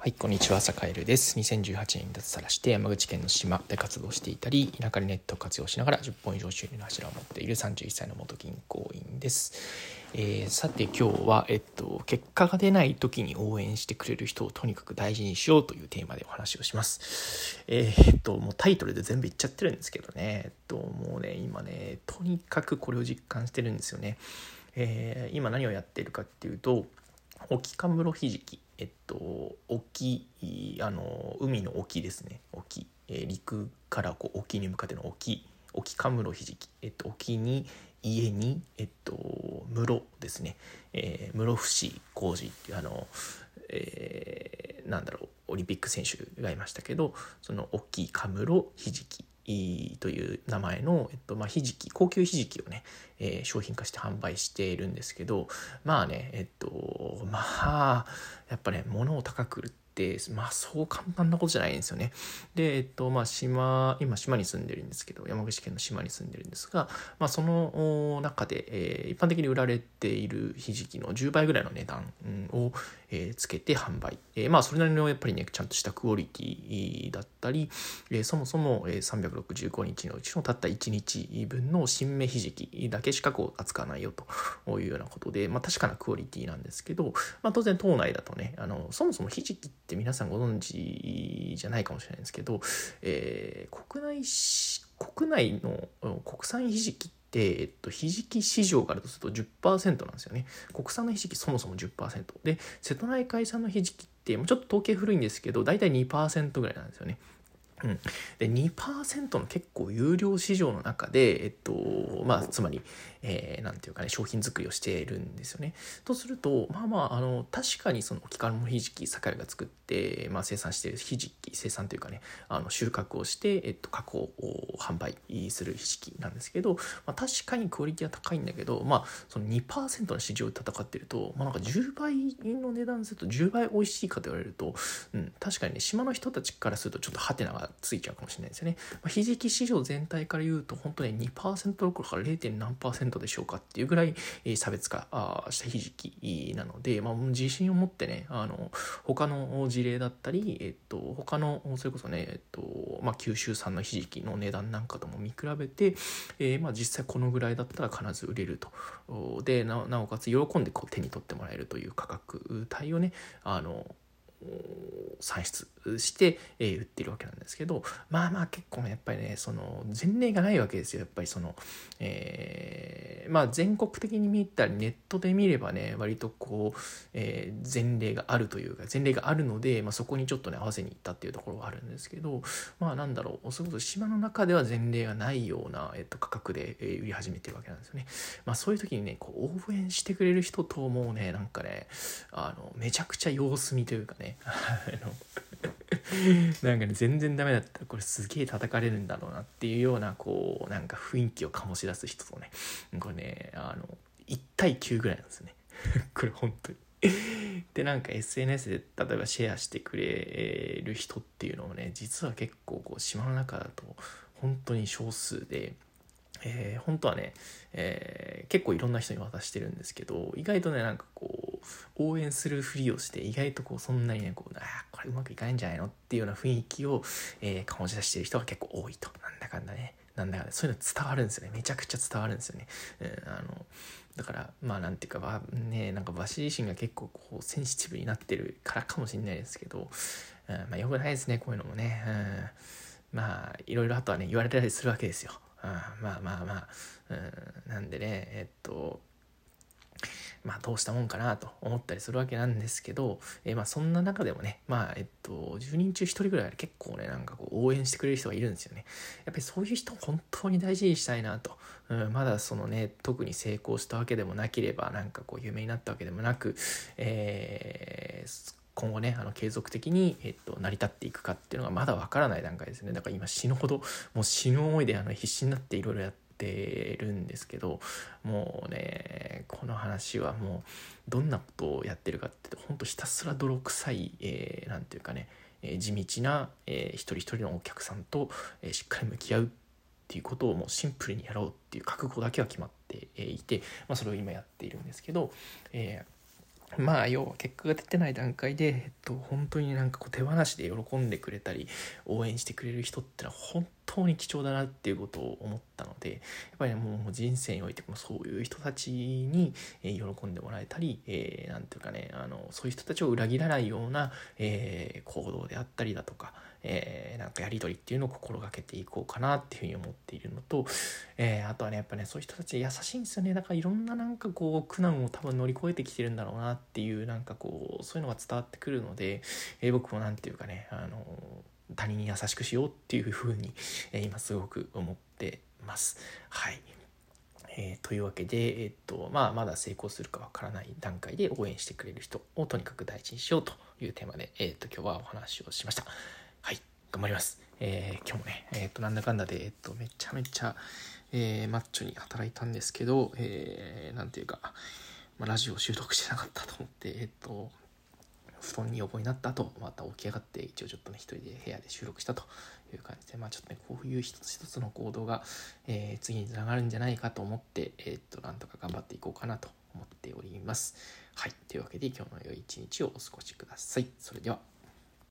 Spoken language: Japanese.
はい、こんにちは、坂井です。2018年に脱サラして山口県の島で活動していたり、田舎でネットを活用しながら10本以上収入の柱を持っている31歳の元銀行員です。さて今日は、結果が出ない時に応援してくれる人をとにかく大事にしようというテーマでお話をします。もうタイトルで全部言っちゃってるんですけどね、もうね、今ね、とにかくこれを実感してるんですよね。今何をやっているかっていうと、沖かむろひじき、沖、海の沖ですね。沖、陸から沖に向かっての沖かむろひじき、沖に家に室ですね。室伏広治っていうオリンピック選手がいましたけど、その沖かむろひじきという名前の、ひじき、高級ひじきをね、商品化して販売しているんですけど、まあね、やっぱね、物を高く売って、そう簡単なことじゃないんですよね。で、今島に住んでるんですけど、山口県の島に住んでるんですが、その中で、一般的に売られているひじきの10倍ぐらいの値段を、つけて販売。それなりのやっぱりね、ちゃんとしたクオリティだったり、そもそも365日のうちのたった1日分の新芽ひじきだけしか扱わないよというようなことで、確かなクオリティなんですけど、当然島内だとね、そもそもひじきって皆さんご存知じゃないかもしれないんですけど、国内の国産ひじきって、ひじき市場があるとすると 10% なんですよね。国産のひじきそもそも 10% で、瀬戸内海産のひじきってもうちょっと統計古いんですけど、だいたい 2% ぐらいなんですよね。で 2% の結構有料市場の中で、つまり、なんていうかね、商品作りをしているんですよね。とすると、確かにその沖からのひじき、酒屋が作って、生産しているひじき、生産というかね、収穫をして、加工を販売するひじきなんですけど、確かにクオリティは高いんだけど、その 2% の市場で戦っていると、なんか10倍の値段すると10倍美味しいかと言われると、確かにね、島の人たちからするとちょっとハテナがついちゃうかもしれないですよね。ひじき市場全体から言うと本当に 2% どころか 0. 何%でしょうかっていうぐらい差別化したひじきなので、自信を持ってね、他の事例だったり、他のそれこそね、九州産のひじきの値段なんかとも見比べて、実際このぐらいだったら必ず売れると。で、なおかつ喜んで手に取ってもらえるという価格帯をね、算出して、売ってるわけなんですけど、結構ね、やっぱりね、その前例がないわけですよ。やっぱりその、全国的に見たりネットで見ればね、割と前例があるというか、前例があるので、そこにちょっとね合わせに行ったっていうところはあるんですけど、それこそ島の中では前例がないような、価格で、売り始めてるわけなんですよね。そういう時にね、応援してくれる人ともうね、なんかね、めちゃくちゃ様子見というかね、なんかね、全然ダメだったらこれすげえ叩かれるんだろうなっていうようななんか雰囲気を醸し出す人とね、これね、1対9ぐらいなんですよね。これ本当に。で、なんか SNS で例えばシェアしてくれる人っていうのもね、実は結構島の中だと本当に少数で、本当はね、結構いろんな人に渡してるんですけど、意外とね、なんか応援するふりをして、意外とそんなにね、これうまくいかないんじゃないのっていうような雰囲気を、醸し出してる人が結構多いと。なんだかんだそういうの伝わるんですよね。めちゃくちゃ伝わるんですよね。だからなんていうかなんか私自身が結構センシティブになってるからかもしれないですけど、良くないですね、こういうのもね。いろいろあとはね、言われたりするわけですよ。なんでね、どうしたもんかなと思ったりするわけなんですけど、そんな中でもね、10人中1人ぐらい結構ね、なんか応援してくれる人がいるんですよね。やっぱりそういう人を本当に大事にしたいなと。まだそのね、特に成功したわけでもなければ、なんか有名になったわけでもなく、今後ね、継続的に、成り立っていくかっていうのがまだわからない段階ですね。だから今もう死ぬ思いで必死になっていろいろやってるんですけど、もうね、この話はもうどんなことをやってるかって本当ひたすら泥臭い、なんていうかね、地道な、一人一人のお客さんと、しっかり向き合うっていうことをもうシンプルにやろうっていう覚悟だけは決まっていて、それを今やっているんですけど、 まあ要は結果が出てない段階で、本当になんかこう手放しで喜んでくれたり応援してくれる人ってのは本当に貴重だなっていうことを思ったので、やっぱりね、もう人生においてもそういう人たちに喜んでもらえたり、なんていうかね、そういう人たちを裏切らないような、行動であったりだとか、なんかやり取りっていうのを心がけていこうかなっていうふうに思っているのと、あとはね、やっぱね、そういう人たち優しいんですよね。だからいろんななんかこう苦難を多分乗り越えてきてるんだろうなっていう、なんかこうそういうのが伝わってくるので、僕もなんていうかね、他人に優しくしようっていうふうに、今すごく思ってます。はい。というわけで、まだ成功するかわからない段階で応援してくれる人をとにかく大事にしようというテーマで、今日はお話をしました。はい、頑張ります。今日もね、なんだかんだで、めちゃめちゃ、マッチョに働いたんですけど、なんていうか、ラジオ収録してなかったと思って、布団に横になった後、また起き上がって一応ちょっとね、一人で部屋で収録したという感じで、ちょっとね、こういう一つ一つの行動が、次につながるんじゃないかと思って、なんとか頑張っていこうかなと思っております。はい。というわけで今日の良い一日をお過ごしください。それでは。